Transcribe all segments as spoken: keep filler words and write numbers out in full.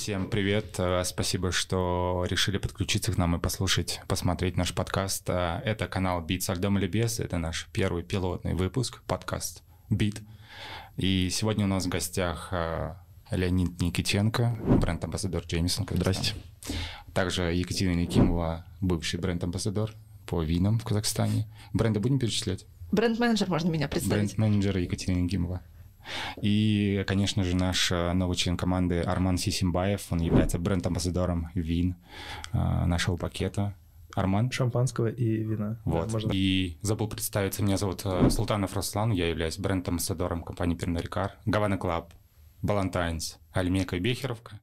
Всем привет, спасибо, что решили подключиться к нам и послушать, посмотреть наш подкаст. Это канал Beat со льдом или без, это наш первый пилотный выпуск, подкаст Beat. И сегодня у нас в гостях Леонид Никитенко, бренд-амбассадор Джеймисон. Здрасте. Также Екатерина Якимова, бывший бренд-амбассадор по винам в Казахстане. Бренды будем перечислять? Бренд-менеджер, можно меня представить. Бренд-менеджер Екатерина Якимова. И, конечно же, наш новый член команды Арман Сисимбаев, он является бренд-амбассадором вин нашего пакета. Арман? Шампанского и вина. Вот. Да, можно. И забыл представиться, меня зовут Султанов Руслан, я являюсь бренд-амбассадором компании Pernod Ricard, Гавана Клаб, Балантайнс, Альмека и Бехеровка.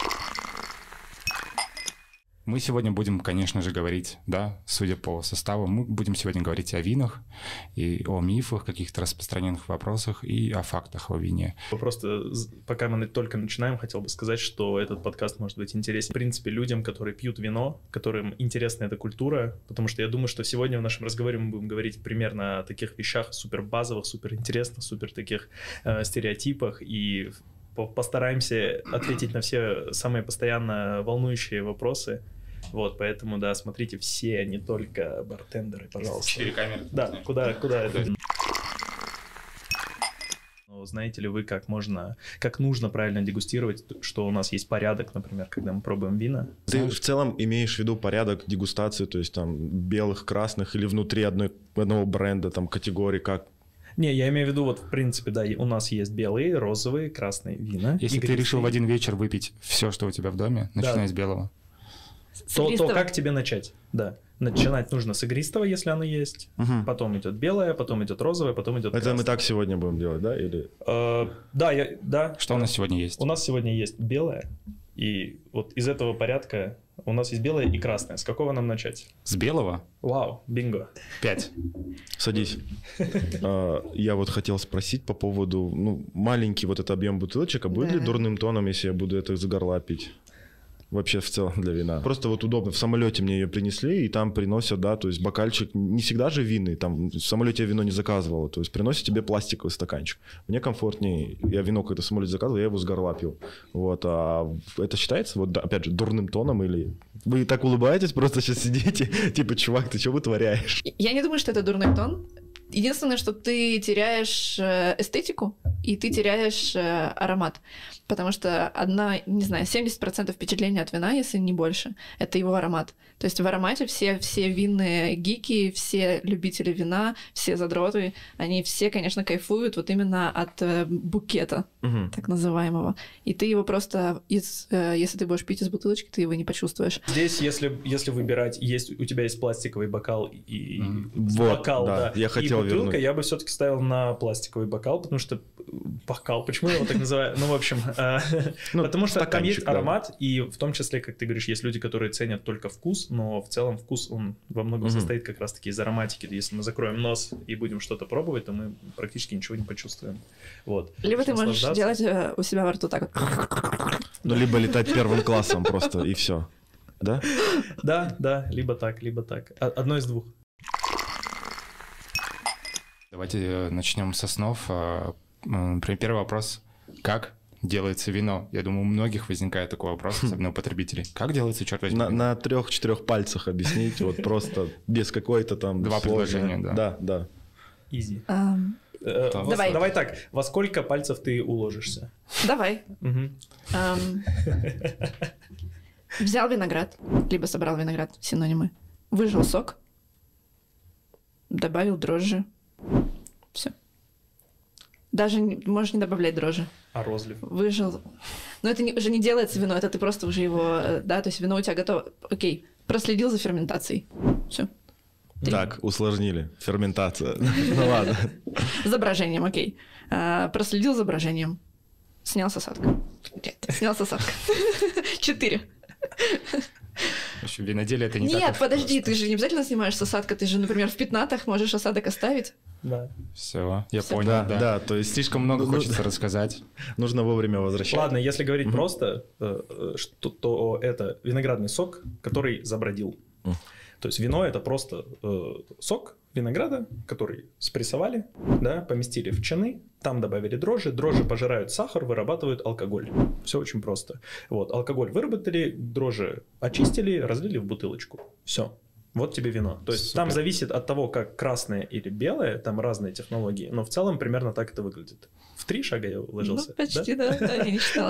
Мы сегодня будем, конечно же, говорить, да, судя по составу, мы будем сегодня говорить о винах и о мифах, каких-то распространенных вопросах и о фактах о вине. Просто пока мы только начинаем, хотел бы сказать, что этот подкаст может быть интересен, в принципе, людям, которые пьют вино, которым интересна эта культура, потому что я думаю, что сегодня в нашем разговоре мы будем говорить примерно о таких вещах супер базовых, супер интересных, супер таких э, стереотипах, и постараемся ответить на все самые постоянно волнующие вопросы. Вот, поэтому, да, смотрите все, не только бартендеры, пожалуйста. Четыре камеры. Да, куда, куда это? Знаете ли вы, как можно, как нужно правильно дегустировать, что у нас есть порядок, например, когда мы пробуем вина? Ты в целом имеешь в виду порядок дегустации, то есть там белых, красных или внутри одной, одного бренда, там категории, как? Не, я имею в виду, вот в принципе, да, у нас есть белые, розовые, красные вина. Если ты решил в один вечер выпить все, что у тебя в доме, начиная да. с белого. То, то как тебе начать? Да. Начинать нужно с игристого, если оно есть. Угу. Потом идет белое, потом идет розовое, потом идет красное. Это мы так сегодня будем делать, да? Или... Э, да, я, да. Что у нас сегодня есть? У нас сегодня есть белое. И вот из этого порядка у нас есть белое и красное. С какого нам начать? С белого? Вау, бинго. Пять. Садись. Я вот хотел спросить по поводу, ну, маленький вот этот объем бутылочек, а будет ли дурным тоном, если я буду это из горла пить? Вообще в целом для вина. Просто вот удобно. В самолете мне ее принесли, и там приносят, да, то есть бокальчик, не всегда же винный, там в самолете я вино не заказывал, то есть приносят тебе пластиковый стаканчик. Мне комфортнее, я вино когда в самолете заказывал, я его с горла пил. Вот, а это считается, вот опять же, дурным тоном или... Вы так улыбаетесь, просто сейчас сидите, типа, чувак, ты что вытворяешь? Я не думаю, что это дурной тон. Единственное, что ты теряешь эстетику, и ты теряешь аромат. Потому что одна, не знаю, семьдесят процентов впечатления от вина, если не больше, это его аромат. То есть в аромате все, все винные гики, все любители вина, все задроты, они все, конечно, кайфуют вот именно от букета, угу. так называемого. И ты его просто, из, если ты будешь пить из бутылочки, ты его не почувствуешь. Здесь, если, если выбирать, есть, у тебя есть пластиковый бокал и mm. вот, бокал, да, да, я хотел и бутылка, вернуть. Я бы все-таки ставил на пластиковый бокал, потому что бокал, почему я его так называю? Ну, в общем, потому что там есть аромат, и в том числе, как ты говоришь, есть люди, которые ценят только вкус, но в целом вкус, он во многом состоит как раз-таки из ароматики. Если мы закроем нос и будем что-то пробовать, то мы практически ничего не почувствуем. Вот. Либо ты можешь делать у себя во рту так вот. Ну, либо летать первым классом просто, и все. Да? Да, да, либо так, либо так. Одно из двух. Давайте начнем с основ. Первый вопрос. Как делается вино? Я думаю, у многих возникает такой вопрос, особенно у потребителей. Как делается, черт возьми? На, на трех-четырех пальцах объяснить, вот просто без какой-то там... Два предложения, да. Да, да. Изи. Um, э, давай. Давай так, во сколько пальцев ты уложишься? Давай. Угу. Um, взял виноград, либо собрал виноград, синонимы. Выжал сок, добавил дрожжи. Все. Даже можешь не добавлять дрожжи. А розлив? Выжил. Но это не, уже не делается вино, это ты просто уже его, да, то есть вино у тебя готово. Окей, проследил за ферментацией. Все. Так, усложнили. Ферментация. Ну ладно. За брожением, окей. Проследил за брожением. Снял с осадка. Снял с осадка. Четыре. В общем, виноделие это не Нет, так подожди, просто. Ты же не обязательно снимаешь с осадка, ты же, например, в пятнатах можешь осадок оставить. Да. Все, я Всё. понял, Да, да. да, то есть Слишком много ну, хочется рассказать. Нужно вовремя возвращаться. Ладно, если говорить mm-hmm. просто, что, то это виноградный сок, который забродил. Mm. То есть вино это просто э, сок винограда, который спрессовали, да, поместили в чаны, там добавили дрожжи, дрожжи пожирают сахар, вырабатывают алкоголь. Все очень просто. Вот, алкоголь выработали, дрожжи очистили, разлили в бутылочку. Все. Вот тебе вино. То есть Супер. Там зависит от того, как красное или белое, там разные технологии, но в целом примерно так это выглядит. В три шага я уложился. Ну, почти, да, да, да, я не читала.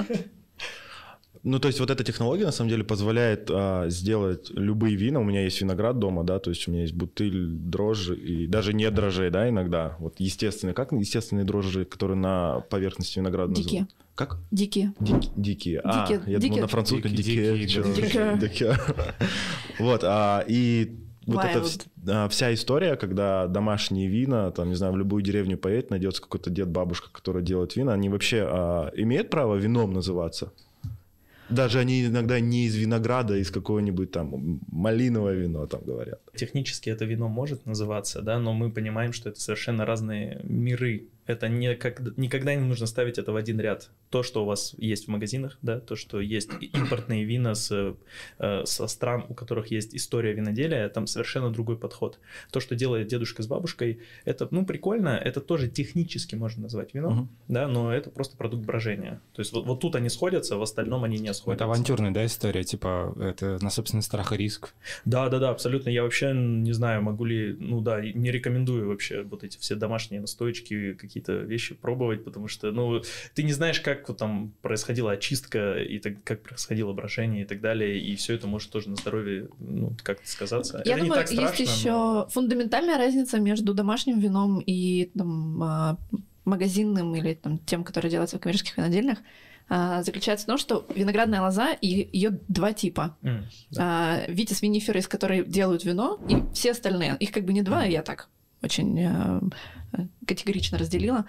Ну, то есть вот эта технология, на самом деле, позволяет а, сделать любые вина. У меня есть виноград дома, да, то есть у меня есть бутыль, дрожжи, и даже не дрожжей, да, иногда. Вот естественные, как естественные дрожжи, которые на поверхности винограда Дикие. называют? Как? Дикие. Дики, дикие. А, дикие. я дикие. думал, на французском дикие. Дикие. Дикие. Вот, а, и... Вот Wild. эта вся история, когда домашние вина, там, не знаю, в любую деревню поедет, найдется какой-то дед, бабушка, который делает вина, они вообще а, имеют право вином называться? Даже они иногда не из винограда, а из какого-нибудь там малиновое вино, там говорят. Технически это вино может называться, да, но мы понимаем, что это совершенно разные миры. Это не как, никогда не нужно ставить это в один ряд. То, что у вас есть в магазинах, да, то, что есть импортные вина с, э, со стран, у которых есть история виноделия, там совершенно другой подход. То, что делает дедушка с бабушкой, это, ну, прикольно, это тоже технически можно назвать вино, uh-huh. да, но это просто продукт брожения. То есть вот, вот тут они сходятся, в остальном они не сходятся. Это авантюрная, да, история, типа, это на собственный страх и риск. Да, да, да, абсолютно. Я вообще не знаю, могу ли, ну да, не рекомендую вообще вот эти все домашние настоечки, какие какие-то вещи пробовать, потому что, ну, ты не знаешь, как вот там происходила очистка, и так, как происходило брожение и так далее, и все это может тоже на здоровье, ну, как-то сказаться. Я это думаю, не так страшно, есть еще но... фундаментальная разница между домашним вином и там, магазинным или там, тем, который делается в коммерческих винодельнях, заключается в том, что виноградная лоза, и ее два типа. Mm, да. Витис винифера, из которой делают вино, и все остальные. Их как бы не два, mm. я так очень э, категорично разделила.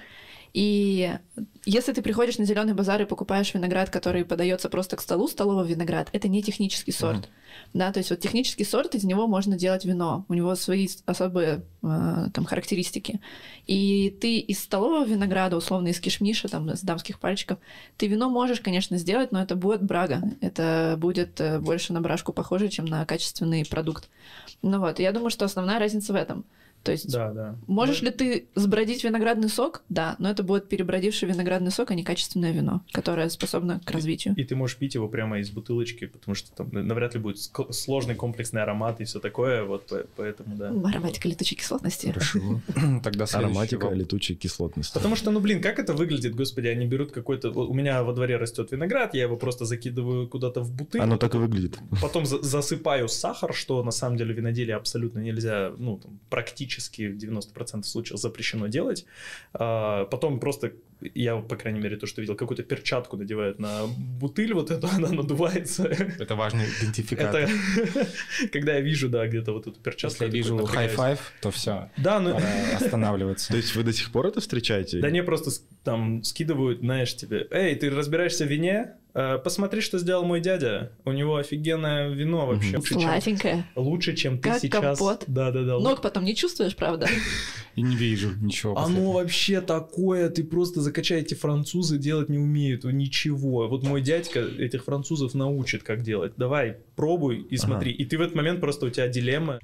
И если ты приходишь на зеленый базар и покупаешь виноград, который подается просто к столу, столовый виноград, это не технический сорт. Mm-hmm. Да, то есть вот технический сорт, из него можно делать вино. У него свои особые э, там, характеристики. И ты из столового винограда, условно из кишмиша, там, из дамских пальчиков, ты вино можешь, конечно, сделать, но это будет брага. Это будет э, больше на брашку похоже, чем на качественный продукт. Ну вот, я думаю, что основная разница в этом. То есть да, да. можешь да. ли ты сбродить виноградный сок? Да, но это будет перебродивший виноградный сок, а не качественное вино, которое способно к развитию. И, и ты можешь пить его прямо из бутылочки, потому что там навряд ли будет сложный комплексный аромат и все такое, вот поэтому, да. Ароматика летучей кислотности. Хорошо. Тогда ароматика летучей кислотности. Потому что, ну блин, как это выглядит, господи, они берут какой-то... У меня во дворе растет виноград, я его просто закидываю куда-то в бутыль. Оно так и выглядит. Потом засыпаю сахар, что на самом деле в виноделии абсолютно нельзя, ну, там, практически в девяноста процентах случаев запрещено делать. А, потом просто, я, по крайней мере, то, что видел, какую-то перчатку надевают на бутыль, вот эту, она надувается. Это важный идентификатор. Это, когда я вижу, да, где-то вот эту перчатку. Если я вижу хай-файв, то все, да, ну... пора останавливаться. То есть вы до сих пор это встречаете? Да не, просто там скидывают, знаешь, тебе, эй, ты разбираешься в вине? Посмотри, что сделал мой дядя. У него офигенное вино вообще. Лучше, сладенькое. Чем, лучше, чем ты как сейчас. Компот. Да, да, да. Ног потом не чувствуешь, правда? И не вижу ничего. Оно вообще такое, ты просто закачай, эти французы делать не умеют, ничего. Вот мой дядька этих французов научит, как делать. Давай, пробуй и смотри. Ага. И ты в этот момент просто, у тебя дилемма.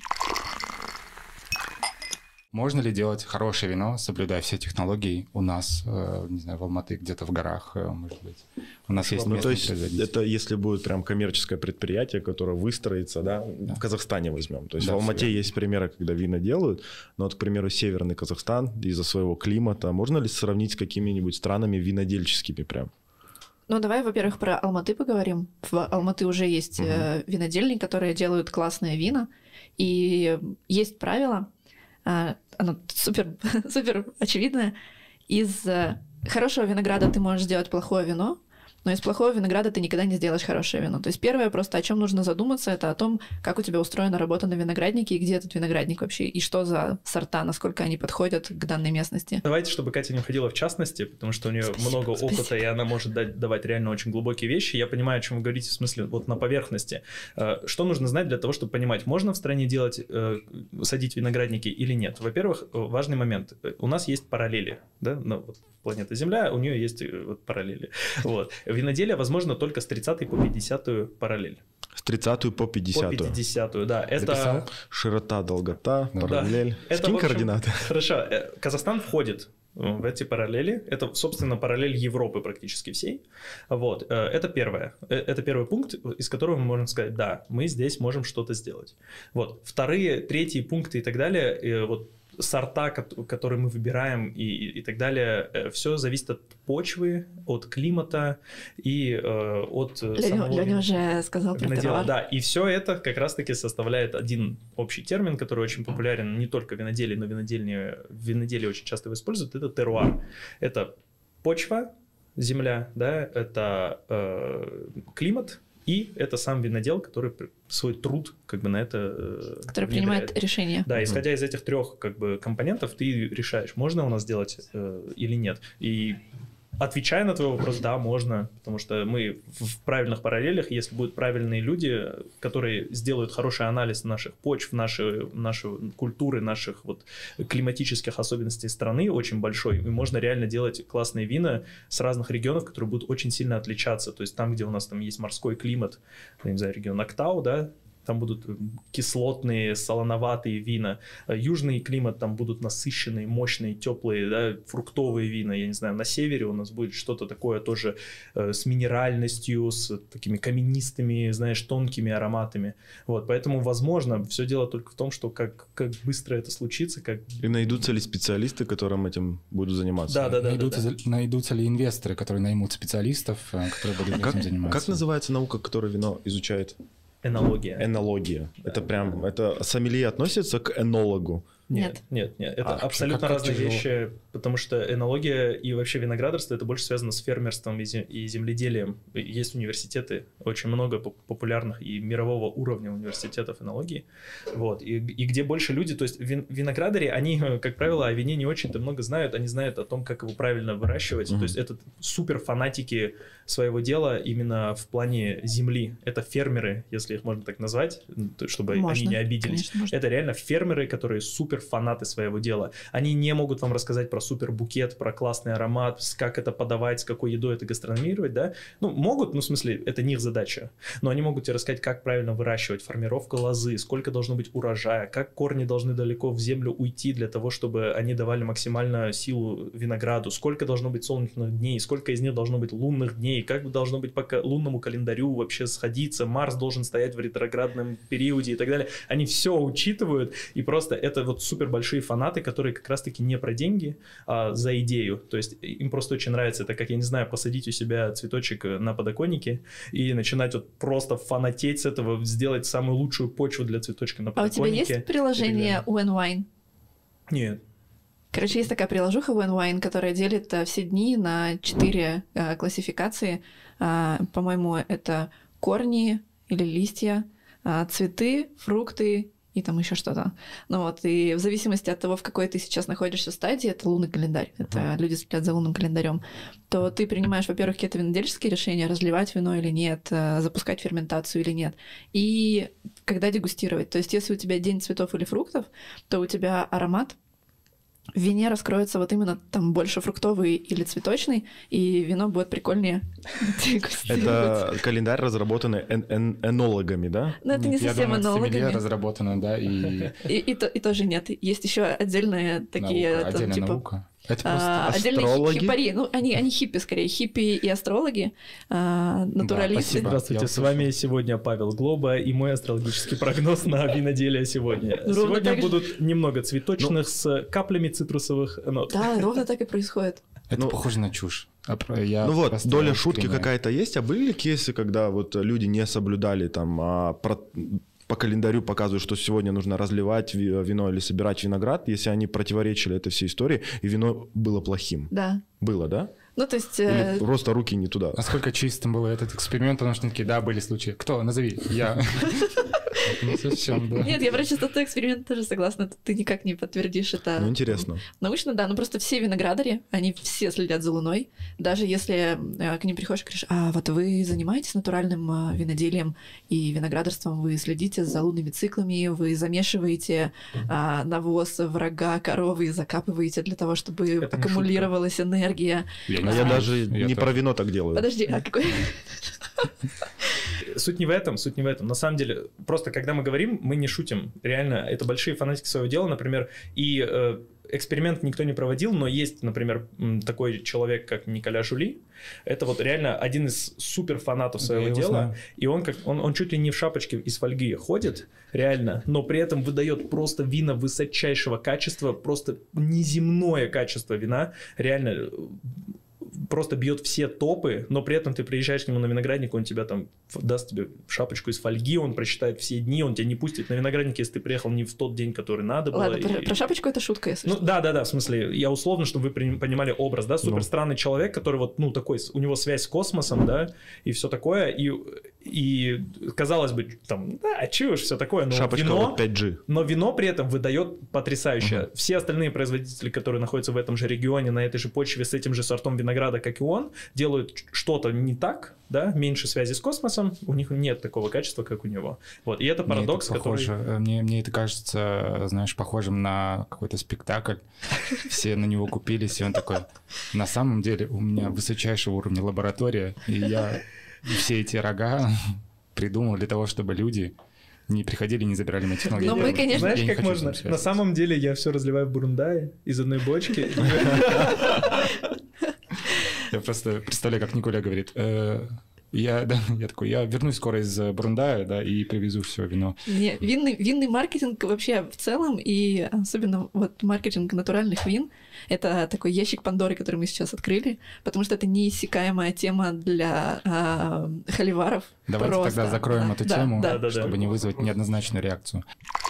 Можно ли делать хорошее вино, соблюдая все технологии у нас, э, не знаю, в Алматы, где-то в горах, э, может быть? У нас есть ну, местный то есть производитель. Это если будет прям коммерческое предприятие, которое выстроится, да, да. в Казахстане возьмем. То есть да, в Алмате есть примеры, когда вина делают, но вот, к примеру, северный Казахстан из-за своего климата, можно ли сравнить с какими-нибудь странами винодельческими прям? Ну, давай, во-первых, про Алматы поговорим. В Алматы уже есть угу. э, винодельни, которые делают классное вино, и есть правило, э, оно супер, супер очевидное. Из хорошего винограда ты можешь сделать плохое вино, но из плохого винограда ты никогда не сделаешь хорошее вино. То есть первое просто, о чем нужно задуматься, это о том, как у тебя устроена работа на винограднике, и где этот виноградник вообще, и что за сорта, насколько они подходят к данной местности. Давайте, чтобы Катя не уходила в частности, потому что у нее спасибо, много спасибо. опыта, и она может дать, давать реально очень глубокие вещи. Я понимаю, о чем вы говорите, в смысле, вот на поверхности. Что нужно знать для того, чтобы понимать, можно в стране делать, садить виноградники или нет? Во-первых, важный момент. У нас есть параллели, да, ну, вот планета Земля, у нее есть вот параллели. Вот. Виноделие возможно только с тридцатой по пятидесятую параллель. С тридцатую по пятидесятую. По пятидесятую, да. Это Записал? Широта, долгота, Да. параллель. Это, Скинь в общем, координаты. Хорошо. Э, Казахстан входит в эти параллели. Это, собственно, параллель Европы практически всей. Вот. Э, Это первое. Э, Это первый пункт, из которого мы можем сказать, да, мы здесь можем что-то сделать. Вот. Вторые, третьи пункты и так далее, э, вот сорта, кот- которые мы выбираем и, и, и так далее, все зависит от почвы, от климата и э, от э, Леня, самого Леня вина- уже сказал про винодела. терроир. Да, и все это как раз-таки составляет один общий термин, который очень популярен не только в виноделии, но винодельне, в виноделии очень часто его используют, это теруар. Это почва, земля, да, это э, климат, и это сам винодел, который пр- свой труд как бы на это э, Который внедряет. принимает решение. Да, исходя из этих трех как бы компонентов, ты решаешь, можно у нас делать э, или нет. И отвечая на твой вопрос, да, можно, потому что мы в правильных параллелях, если будут правильные люди, которые сделают хороший анализ наших почв, нашей, нашей культуры, наших вот климатических особенностей страны очень большой, и можно реально делать классные вина с разных регионов, которые будут очень сильно отличаться. То есть там, где у нас там есть морской климат, я не знаю, регион Актау, да, там будут кислотные, солоноватые вина. Южный климат, там будут насыщенные, мощные, теплые, да, фруктовые вина. Я не знаю, на севере у нас будет что-то такое тоже э, с минеральностью, с такими каменистыми, знаешь, тонкими ароматами. Вот, поэтому, возможно, все дело только в том, что как, как быстро это случится, как... И найдутся ли специалисты, которым этим будут заниматься? Да, да, да. найдутся, да, да. найдутся ли инвесторы, которые наймут специалистов, э, которые будут Как, этим заниматься? как называется наука, которая вино изучает? Энология. Энология. Это прям, это сомелье относится к энологу. Нет. Нет, нет, это А, абсолютно как- как разные тяжело. вещи, потому что энология и вообще виноградарство это больше связано с фермерством и, зе- и земледелием. И есть университеты, очень много поп- популярных и мирового уровня университетов энологии, вот, и, и где больше люди, то есть вин- виноградари, они, как правило, о вине не очень-то много знают, они знают о том, как его правильно выращивать, Мгм. то есть это супер фанатики своего дела именно в плане земли, это фермеры, если их можно так назвать, то- чтобы Можно, они не обиделись. конечно, можно. Это реально фермеры, которые супер фанаты своего дела. Они не могут вам рассказать про супер букет, про классный аромат, с- как это подавать, с какой едой это гастрономировать, да? Ну, могут, ну, в смысле, это не их задача. Но они могут тебе рассказать, как правильно выращивать, формировка лозы, сколько должно быть урожая, как корни должны далеко в землю уйти для того, чтобы они давали максимальную силу винограду, сколько должно быть солнечных дней, сколько из них должно быть лунных дней, как должно быть по ка- лунному календарю вообще сходиться, Марс должен стоять в ретроградном периоде и так далее. Они все учитывают, и просто это вот супер большие фанаты, которые как раз-таки не про деньги, а за идею. То есть им просто очень нравится это, как, я не знаю, посадить у себя цветочек на подоконнике и начинать вот просто фанатеть с этого, сделать самую лучшую почву для цветочка на А у тебя подоконнике. есть приложение When Wine? Нет. Короче, есть такая приложуха When Wine, которая делит э, все дни на четыре э, классификации. А, по-моему, это корни или листья, а, цветы, фрукты и там еще что-то. Ну вот, и в зависимости от того, в какой ты сейчас находишься стадии, это лунный календарь, это люди следят за лунным календарем, то ты принимаешь, во-первых, какие-то винодельческие решения, разливать вино или нет, э, запускать ферментацию или нет, и когда дегустировать. То есть если у тебя день цветов или фруктов, то у тебя аромат в вине раскроется вот именно там больше фруктовый или цветочный, и вино будет прикольнее дегустировать. Это календарь, разработанный эн- эн- энологами, да? Но это не Нет, я совсем думаю, это сомелье энологами. разработано, да, и И, и, то- и тоже нет. Есть еще отдельные такие, наука, там, отдельная типа, наука. Это а, просто... отдельные астрологи? хипари. Ну, они, они хиппи скорее. Хиппи и астрологи, а, натуралисты. спасибо. Здравствуйте, Я с вами сегодня Павел Глоба и мой астрологический прогноз на виноделие сегодня. Ровно Сегодня так же. будут немного цветочных с каплями цитрусовых нот. Да, ровно так и происходит. Это Ну, похоже на чушь. А про- я Ну вот, просто доля шутки принимаю. какая-то есть, а были ли кейсы, когда вот люди не соблюдали там а, про- по календарю показывают, что сегодня нужно разливать ви- вино или собирать виноград, если они противоречили этой всей истории, и вино было плохим? Да. Было, да? Ну, то есть... Или э, просто руки не туда? Насколько чистым был этот эксперимент, потому что такие, да, были случаи. Кто? Назови. Я. Не совсем, да. Нет, я про чистоту эксперимента тоже согласна. Ты никак не подтвердишь это. Ну, интересно. Научно, да, ну просто все виноградари, они все следят за Луной. Даже если э, к ним приходишь и говоришь, а вот вы занимаетесь натуральным э, виноделием и виноградарством, вы следите за лунными циклами, вы замешиваете э, навоз, врага, коровы и закапываете для того, чтобы Это не аккумулировалась энергия. Я А не я знаю. даже Я не тоже. про вино так делаю. Подожди, а какой... суть не в этом, суть не в этом. На самом деле, просто когда мы говорим, мы не шутим. Реально, это большие фанатики своего дела, например, и э, эксперимент никто не проводил, но есть, например, такой человек, как Николя Жули. Это вот реально один из супер фанатов своего Я дела. знаю. И он, как, он, он чуть ли не в шапочке из фольги ходит, реально, но при этом выдает просто вина высочайшего качества, просто неземное качество вина. Реально просто бьет все топы, но при этом ты приезжаешь к нему на виноградник, он тебя там даст тебе шапочку из фольги, он прочитает все дни, он тебя не пустит на виноградник, если ты приехал не в тот день, который надо было. Ладно, и... про, про шапочку это шутка, если Ну что. да, да, да, в смысле, я условно, чтобы вы при- понимали образ, да, супер странный человек, который вот, ну, такой, у него связь с космосом, да, и все такое, и, и казалось бы, там, да, чушь, все такое, но Шапочка вино... вот пять джи. Но вино при этом выдает потрясающе. Uh-huh. Все остальные производители, которые находятся в этом же регионе, на этой же почве, с этим же сортом винограда, как и он, делают что-то не так, да, меньше связи с космосом, у них нет такого качества, как у него. Вот, и это парадокс, мне это похоже, который... Мне, мне это кажется, знаешь, похожим на какой-то спектакль. Все на него купились, и он такой, на самом деле у меня высочайшего уровня лаборатория, и я все эти рога придумал для того, чтобы люди не приходили, не забирали мои технологии. Но мы, конечно... Знаешь, Я не как хочу можно? с этим На связываться. самом деле я все разливаю в бурундае из одной бочки. Я просто представляю, как Николя говорит, «Э, я, да, я такой, я вернусь скоро из Бурундая, да, и привезу все вино. Не, винный, винный маркетинг вообще в целом, и особенно вот маркетинг натуральных вин, это такой ящик Пандоры, который мы сейчас открыли, потому что это неиссякаемая тема для а, холиваров. Давайте Просто. тогда закроем Да, эту да, тему, да. Да-да-да. чтобы не вызвать неоднозначную реакцию.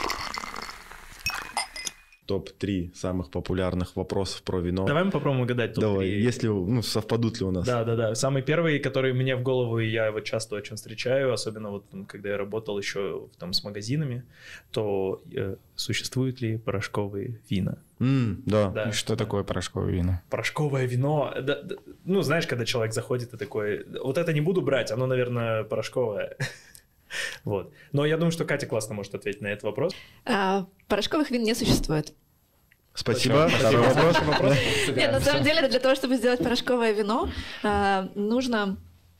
топ три самых популярных вопросов про вино. Давай мы попробуем угадать топ Давай, три. если, ну, совпадут ли у нас. Да, да, да. Самый первый, который мне в голову, и я его часто очень встречаю, особенно вот м, когда я работал еще там с магазинами, то э, существуют ли порошковые вина? М, да. Да. И что такое порошковое вино? Порошковое вино. Да, да, ну, знаешь, когда человек заходит и такой, вот это не буду брать, оно, наверное, порошковое. Вот. Но я думаю, что Катя классно может ответить на этот вопрос. А, порошковых вин не существует. Спасибо. Спасибо. Второй вопрос. вопрос. Нет, на самом деле, для того, чтобы сделать порошковое вино, а, нужно,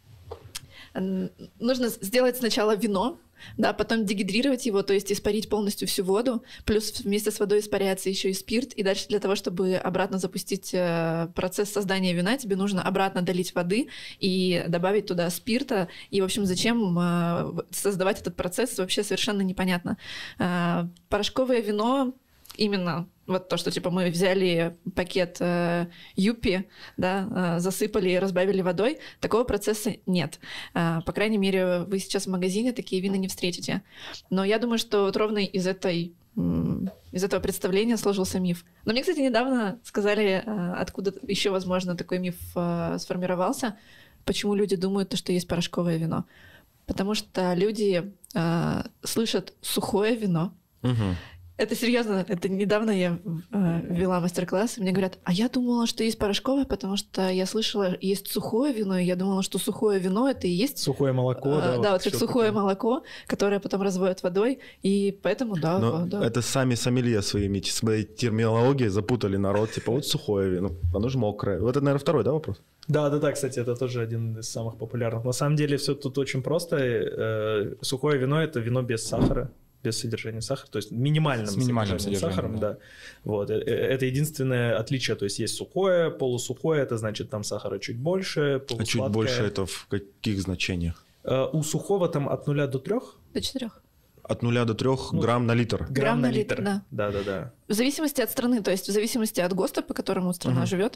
м, нужно сделать сначала вино, да, потом дегидрировать его, то есть испарить полностью всю воду, плюс вместе с водой испаряется еще и спирт, и дальше для того, чтобы обратно запустить э, процесс создания вина, тебе нужно обратно долить воды и добавить туда спирта, и, в общем, зачем э, создавать этот процесс, вообще совершенно непонятно. Э, порошковое вино именно вот то, что типа мы взяли пакет э, юппи, да, э, засыпали и разбавили водой, такого процесса нет. Э, по крайней мере, вы сейчас в магазине такие вина не встретите. Но я думаю, что вот ровно из этой м, из этого представления сложился миф. Но мне, кстати, недавно сказали, э, откуда еще, возможно, такой миф э, сформировался, почему люди думают, что есть порошковое вино. Потому что люди э, слышат сухое вино. Мгм. Это серьезно, это недавно я э, вела мастер-класс, и мне говорят, а я думала, что есть порошковое, потому что я слышала, есть сухое вино, и я думала, что сухое вино это и есть... Сухое молоко, э, да. да, вот как всё сухое такое. молоко, которое потом разводят водой, и поэтому, да, Но да. это сами сомелье своими, своей терминологией запутали народ. Типа, вот сухое вино, оно же мокрое. Вот это, наверное, второй, да, вопрос? Да, да, да, кстати, это тоже один из самых популярных. На самом деле все тут очень просто. Э, Сухое вино — это вино без сахара, без содержания сахара, то есть минимальным С минимальным содержанием содержанием, сахаром, да. Вот. э, э, Это единственное отличие, то есть есть сухое, полусухое, это значит там сахара чуть больше, А полусладкое. чуть больше это в каких значениях? Э, У сухого там от нуля до трех До четырех. От нуля до трех Ну, грамм на литр. грамм на литр, литр. да. Да, да, да. В зависимости от страны, то есть в зависимости от ГОСТа, по которому страна Мгм. живет.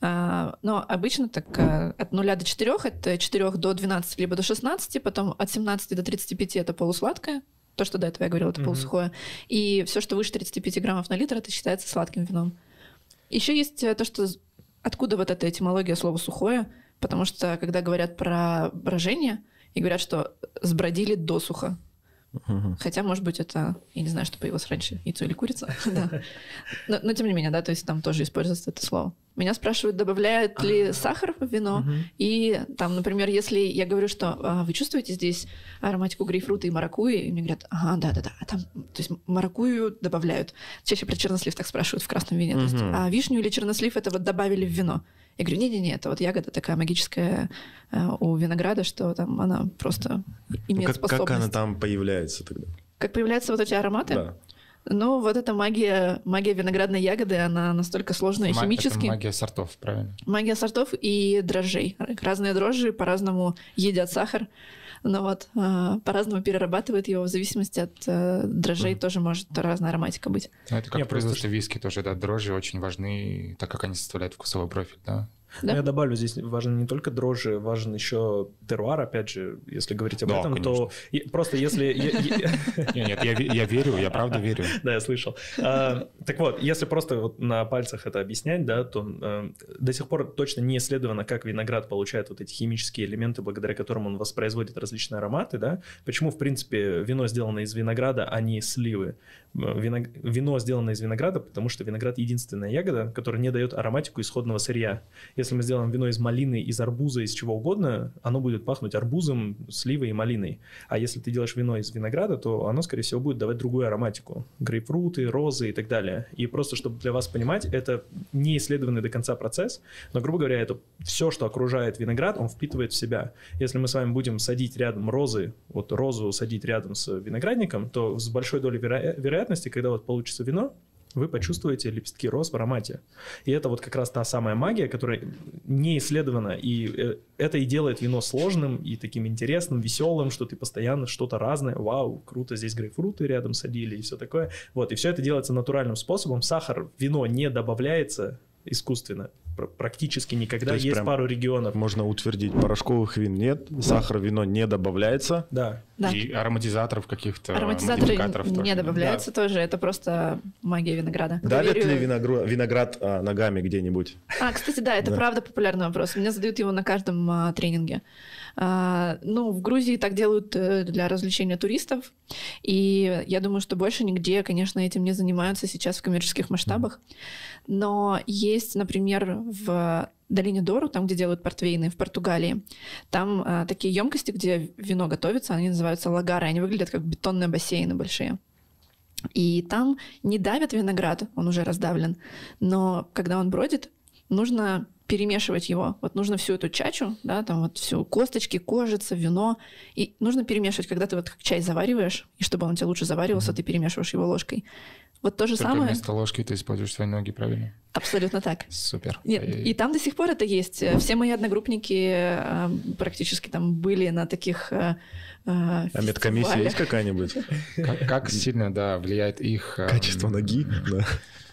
А, но обычно так а, от нуля до четырех, от четырех до двенадцати, либо до шестнадцати, потом от семнадцати до тридцати пяти это полусладкое, то, что до этого я говорила, это Мгм. полусухое. И все, что выше тридцати пяти граммов на литр, это считается сладким вином. Еще есть э, то, что з- откуда вот эта этимология слова сухое, потому что когда говорят про брожение, и говорят, что сбродили досуха. Мгм. Хотя, может быть, это, я не знаю, что появилось раньше, яйцо или курица. Да. Но, но тем не менее, да, то есть там тоже используется это слово. Меня спрашивают, добавляют ли сахар в вино. Мгм. И там, например, если я говорю, что а, вы чувствуете здесь ароматику грейпфрута и маракуйи, и мне говорят, ага, да-да-да, а там, то есть маракуйю добавляют. Чаще про чернослив так спрашивают в красном вине. То есть, Мгм. а вишню или чернослив это вот добавили в вино. Я говорю, не-не-не, это вот ягода такая магическая э, у винограда, что там она просто имеет ну, как, способность. Как она там появляется тогда? Как появляются вот эти ароматы? Да. Ну, вот эта магия, магия виноградной ягоды, она настолько сложная Ма- химически. Это магия сортов, правильно? Магия сортов и дрожжей. Разные дрожжи по-разному едят сахар, но вот э, по-разному перерабатывают его в зависимости от э, дрожжей, mm-hmm. тоже может разная ароматика быть. Ну, это как Я в производстве просто... виски тоже, да, дрожжи очень важны, так как они составляют вкусовой профиль, да? Да? Я добавлю, здесь важен не только дрожжи, важен еще теруар, опять же, если говорить об да, этом, конечно. то и, просто если... Нет, я верю, я правда верю. Да, я слышал. Так вот, если просто вот на пальцах это объяснять, да, то до сих пор точно не исследовано, как виноград получает вот эти химические элементы, благодаря которым он воспроизводит различные ароматы, да. Почему, в принципе, вино сделано из винограда, а не из сливы? Вино, вино сделано из винограда, потому что виноград единственная ягода, которая не дает ароматику исходного сырья. Если мы сделаем вино из малины, из арбуза, из чего угодно, оно будет пахнуть арбузом, сливой и малиной. А если ты делаешь вино из винограда, то оно, скорее всего, будет давать другую ароматику. Грейпфруты, розы и так далее. И просто, чтобы для вас понимать, это не исследованный до конца процесс, но, грубо говоря, это все, что окружает виноград, он впитывает в себя. Если мы с вами будем садить рядом розы, вот розу садить рядом с виноградником, то с большой долей веро- вероятности, когда вот получится вино, вы почувствуете лепестки роз в аромате. И это вот как раз та самая магия, которая не исследована. И это и делает вино сложным и таким интересным, веселым, что ты постоянно что-то разное. Вау, круто, здесь грейпфруты рядом садили и все такое. Вот, и все это делается натуральным способом. Сахар в вино не добавляется искусственно. Практически никогда. Есть, есть пару регионов. Можно утвердить, порошковых вин нет, сахар в вино не добавляется. Да. Да. И ароматизаторов каких-то, ароматизаторы модификаторов не тоже. добавляются Да. тоже, это просто магия винограда. Давят Доверию... ли виноград, виноград а, ногами где-нибудь? А, кстати, да, это Да. правда популярный вопрос. Меня задают его на каждом а, тренинге. А, ну, в Грузии так делают э, для развлечения туристов, и я думаю, что больше нигде, конечно, этим не занимаются сейчас в коммерческих масштабах. Но есть, например, в долине Дору, там, где делают портвейны, в Португалии, там а, такие емкости, где вино готовится, они называются лагары, они выглядят как бетонные бассейны большие. И там не давят виноград, он уже раздавлен, но когда он бродит, нужно перемешивать его. Вот нужно всю эту чачу, да, там вот всю косточки, кожица, вино, и нужно перемешивать, когда ты вот как чай завариваешь, и чтобы он у тебя лучше заваривался, mm-hmm. ты перемешиваешь его ложкой. Вот то же Только самое. вместо ложки ты используешь свои ноги, правильно? Абсолютно так. Супер. Нет, И- и там до сих пор это есть. Все мои одногруппники э, практически там были на таких э, э, А медкомиссия фестивалях. есть какая-нибудь? Как, как сильно, да, влияет их... эм, Качество ноги? Да.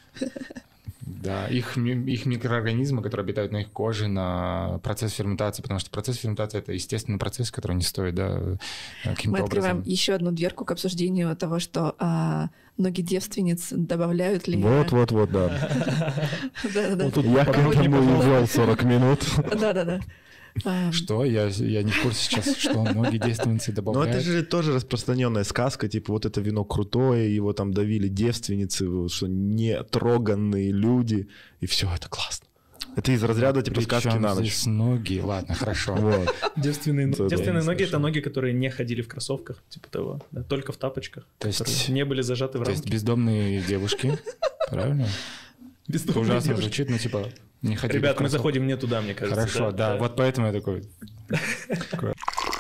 Да, их, ми- их микроорганизмы, которые обитают на их коже, на процесс ферментации, потому что процесс ферментации — это естественный процесс, который не стоит, да, каким-то Мы открываем образом... еще одну дверку к обсуждению того, что а, ноги девственниц добавляют ли... Вот-вот-вот, да. Да-да-да. Я к этому и вел сорок минут. Да-да-да. А, Что? Я, я не в курсе сейчас, что ноги девственницы Но добавляют. это же тоже распространенная сказка, типа вот это вино крутое, его там давили девственницы, вот, что не троганные люди, и все, это классно. Это из разряда типа сказки Причем на ночь. здесь ноги? Ладно, хорошо. Вот. Девственные, Да, да, девственные не ноги — это слышал. ноги, которые не ходили в кроссовках, типа того, да, только в тапочках, То есть- которые не были зажаты в То есть рамки. бездомные девушки, правильно? Это Бездомные ужасно девушки. звучит, ну типа не ходили в Ребят, мы кроссовках. заходим не туда, мне кажется. Хорошо, да, вот поэтому я такой... такой.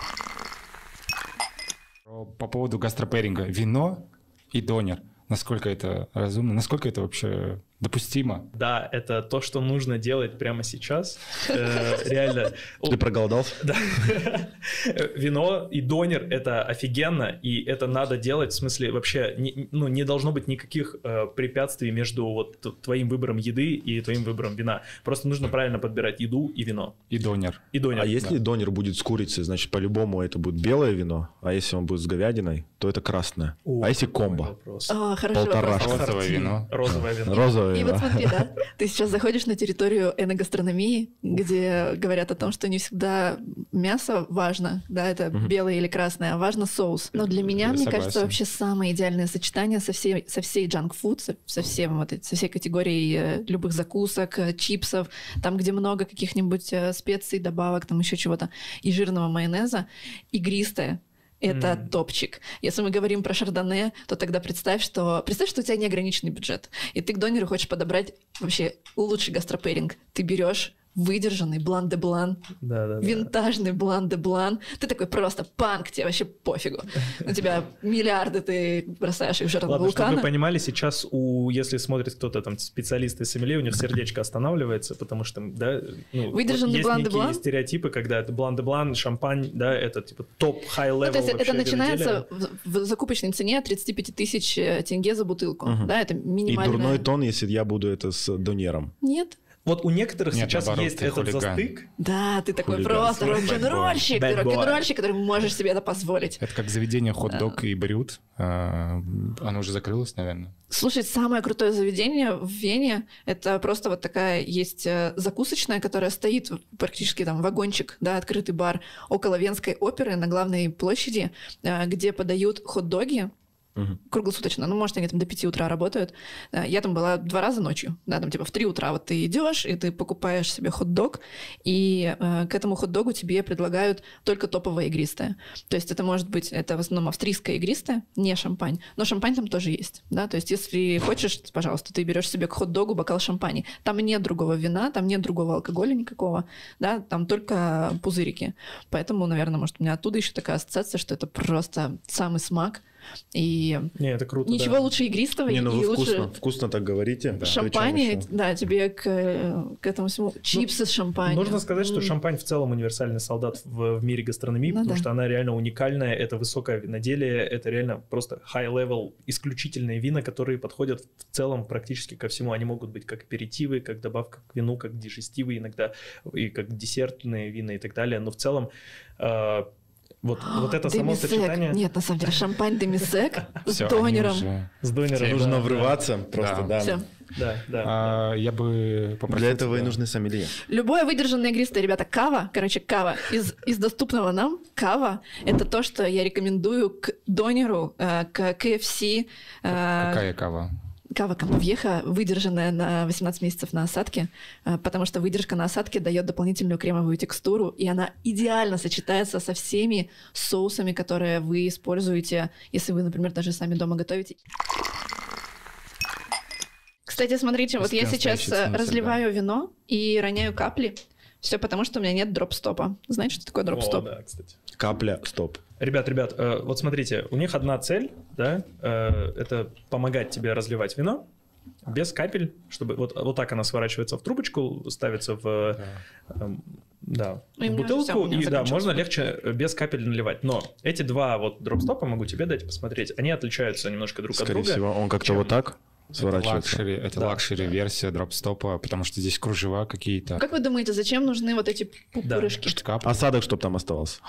По поводу гастропэринга. Вино и донер. Насколько это разумно? Насколько это вообще допустимо? Да, это то, что нужно делать прямо сейчас. Э, Реально. Ты проголодался? Да. Вино и донер — это офигенно, и это надо делать, в смысле вообще, не, ну, не должно быть никаких э, препятствий между вот т- твоим выбором еды и твоим выбором вина. Просто нужно правильно подбирать еду и вино. И донер. И донер. А если донер будет с курицей, значит, по-любому это будет белое вино, а если он будет с говядиной, то это красное. О, А если какой комбо? вопрос. а, хорошо. Полторашка. вопрос. Розовое вино. Розовое вино. Розовое И вино. вот смотри, да, ты сейчас заходишь на территорию эногастрономии, где говорят о том, что не всегда мясо важно, да, это Мгм. белое или красное, а важно соус. Но для меня, Я мне согласен. кажется, вообще самое идеальное сочетание со всей, со всей джанк-фуд, со, со всем вот эти- со всей категорией э, любых закусок, э, чипсов, там, где много каких-нибудь э, специй, добавок, там еще чего-то, и жирного майонеза, игристое. Это М. топчик. Если мы говорим про шардоне, то тогда представь, что представь, что у тебя неограниченный бюджет, и ты к донеру хочешь подобрать вообще лучший гастропэринг. Ты берешь выдержанный блан-де-блан, Да, да, да. винтажный блан-де-блан. Ты такой просто панк, тебе вообще пофигу. У тебя миллиарды, ты бросаешь их в жерло Ладно, чтобы вулкана. вы понимали, сейчас, у, если смотрит кто-то там специалист из сомелье, у них сердечко останавливается, потому что, да, ну, Выдержанный есть блан-де-блан? некие стереотипы, когда это блан-де-блан, шампань, да, это типа топ, high-level Ну, то есть вообще это начинается виноделия. в, в закупочной цене от тридцать пять тысяч тенге за бутылку. Мгм. Да, это И минимальная... дурной тон, если я буду это с донером. Нет. Вот у некоторых Нет, сейчас наоборот, есть ты этот хулиган. застык. Да, ты такой Хулиган. просто Bad boy. рок-н-ролльщик, ты Bad boy. рок-н-ролльщик, который можешь себе это позволить. Это как заведение хот-дог и брют. А, Оно уже закрылось, наверное. Слушай, самое крутое заведение в Вене, это просто вот такая есть э, закусочная, которая стоит практически там вагончик, да, открытый бар около Венской оперы на главной площади, э, где подают хот-доги Мгм. круглосуточно. Ну, может, они там до пяти утра работают. Э, Я там была два раза ночью, да, там типа в три утра вот ты идешь и ты покупаешь себе хот-дог, и э, к этому хот-догу тебе предлагают только топовое игристое. То есть это может быть, это в основном австрийское игристое, не шампань, но шампань там тоже есть, да, то есть если хочешь, пожалуйста, ты берешь себе к хот-догу бокал шампани. Там нет другого вина, там нет другого алкоголя никакого, да, там только пузырики. Поэтому, наверное, может, у меня оттуда еще такая ассоциация, что это просто самый смак. И Не, это круто, ничего да. лучше игристого Не, и ну вы лучше вкусно, вкусно так говорите. Да. шампани, Причем еще? да, тебе к, к этому всему чипсы с шампанем. Нужно сказать, что М. шампань в целом универсальный солдат в, в мире гастрономии, Ну потому да. что она реально уникальная, это высокое виноделие, это реально просто high-level, исключительные вина, которые подходят в целом практически ко всему. Они могут быть как аперитивы, как добавка к вину, как дижестивы иногда, и как десертные вина и так далее, но в целом э, вот, вот это само Демисек. сочетание Нет, на самом деле, шампань демисек с Всё, донером. они уже- с донером. Нужно да, врываться просто, Да. да. Всё. Да, да. А, Я бы попросил Для этого и тебя- нужны сомелье. Любое выдержанное игристое, ребята, кава, короче, кава, из, из доступного нам, кава, это то, что я рекомендую к донеру, э, к кей эф си. э, Какая кава? Кава Камповьеха, выдержанная на восемнадцать месяцев на осадке, э, потому что выдержка на осадке дает дополнительную кремовую текстуру, и она идеально сочетается со всеми соусами, которые вы используете, если вы, например, даже сами дома готовите. Кстати, смотрите, вот я сейчас Настоящий э, ценитель, разливаю вино и роняю капли. Все потому, что у меня нет дроп-стопа. Знаете, что такое О, дроп-стоп? да, кстати. Капля, стоп. Ребят, ребят, э, вот смотрите, у них одна цель, да, э, это помогать тебе разливать вино без капель, чтобы вот, вот так она сворачивается в трубочку, ставится в, э, да, Ну, и в у меня уже всё, у бутылку, меня и да, закончилось. можно легче э, без капель наливать. Но эти два вот дропстопа, могу тебе дать посмотреть, они отличаются немножко друг Скорее от друга. всего, он как-то чем- вот так Это сворачивается. лакшери, это Да, лакшери-версия дропстопа, потому что здесь кружева какие-то. Как вы думаете, зачем нужны вот эти пупырышки? Капли. Осадок, чтобы там оставался.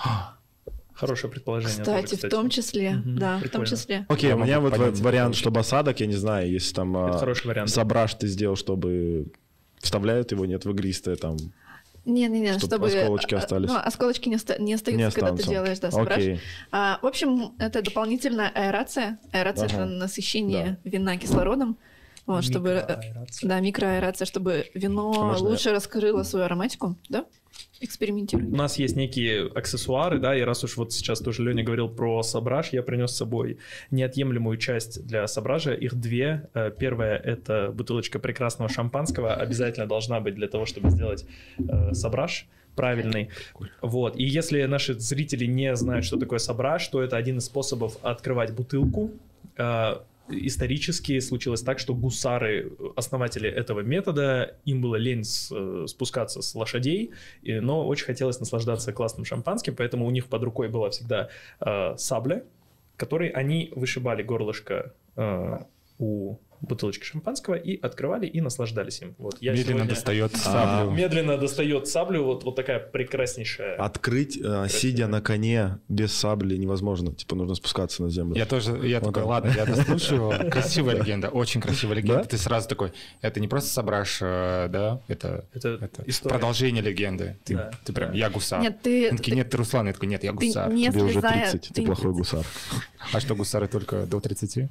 Хорошее предположение. Кстати, тоже, в том числе, Мгм, да, в прикольно. том числе. Окей, Я у меня могу вот понять, ва- вариант, это чтобы осадок, я не знаю, если там Это а, хороший вариант. сображ ты сделал, чтобы вставляют его, нет, в игристое там. Не-не-не, Чтоб чтобы... осколочки а, остались. Ну, осколочки не, оста- не остаются, Не когда ты останутся. делаешь, да, сображ. Окей. А, в общем, это дополнительная аэрация. Аэрация Ага. это насыщение вина кислородом. Вот, чтобы, э, Микроаэрация. да, микроаэрация, чтобы вино А можно лучше раскрыло свою ароматику, да? Экспериментируй. У нас есть некие аксессуары, да, и раз уж вот сейчас тоже Леня говорил про сображ, я принес с собой неотъемлемую часть для собража. Их две. Э, Первая — это бутылочка прекрасного шампанского, обязательно должна быть для того, чтобы сделать э, сображ правильный. Вот. И если наши зрители не знают, что такое сображ, то это один из способов открывать бутылку. Э, Исторически случилось так, что гусары, основатели этого метода, им было лень с- э, спускаться с лошадей, и- но очень хотелось наслаждаться классным шампанским, поэтому у них под рукой была всегда э, сабля, которой они вышибали горлышко э, у бутылочки шампанского и открывали и наслаждались им. Вот, я Медленно сегодня достает А, саблю. медленно достает саблю, вот, вот такая прекраснейшая. Открыть, э, сидя на коне без сабли, невозможно. Типа нужно спускаться на землю. Я тоже, я Вот такой, так. ладно, я дослушаю. Красивая легенда, очень красивая легенда. Да? Ты сразу такой, это не просто сображ, э, да, это, Это это история. продолжение легенды. Ты, Да, ты прям, да. я гусар. Нет, ты, Он такие, нет, ты Руслан. Я такой, нет, я ты гусар. не Тебе уже слезая... тридцать, ты ты- плохой гусар. А что, гусары только до тридцати?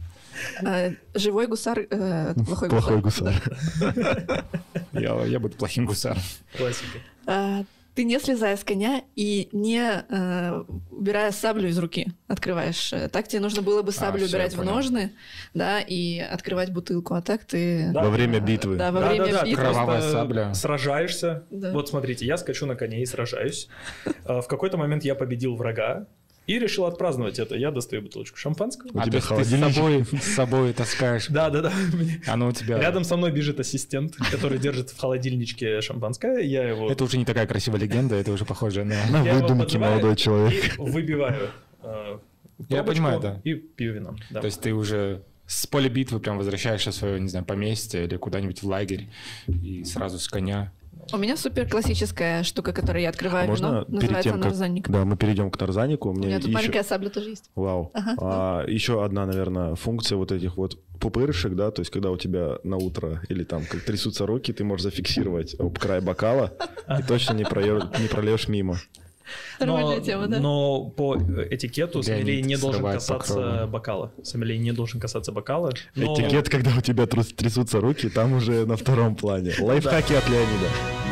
э, живой гусар, э, плохой гусар. Плохой гусар. Я, я буду плохим гусаром. Классика. А, ты не слезая с коня и не э, убирая саблю из руки открываешь. Так тебе нужно было бы саблю А, всё, убирать я в понял. ножны, да, и открывать бутылку, а так ты... Да. Во время э, битвы. Да, во Да, время да, да, ты битвы. Кровавая просто сабля. сражаешься. Да. Вот смотрите, я скачу на коне и сражаюсь. А, В какой-то момент я победил врага и решил отпраздновать это. Я достаю бутылочку шампанского. У А тебя ты, ты с холодильничек. собой, с собой таскаешь. Да, да, да. Оно у тебя... Рядом со мной бежит ассистент, который держит в холодильничке шампанское. Я его, Это уже не такая красивая легенда, это уже похоже на... На я его выдумки, поджимаю молодой человек. и выбиваю э, Я пробочку понимаю, да. и пью вино. Да. То есть ты уже с поля битвы прям возвращаешься в свое, не знаю, поместье или куда-нибудь в лагерь и сразу с коня. У меня супер классическая штука, которую я открываю Можно вино, перед называется тем, как нарзанник. да, мы перейдем к нарзаннику, у У меня, меня тут еще... маленькая сабля тоже есть. Вау. Ага. А, еще одна, наверное, функция вот этих вот пупырышек, да, то есть когда у тебя на утро или там как трясутся руки, ты можешь зафиксировать об край бокала и точно не, проё- не прольешь мимо. Нормальная но, тема, да? но по этикету Леонид сомелье не должен срывает касаться покровы. бокала. Сомелье не должен касаться бокала. но- Этикет, когда у тебя трус- трясутся руки, там уже на втором плане. Лайфхаки от Леонида.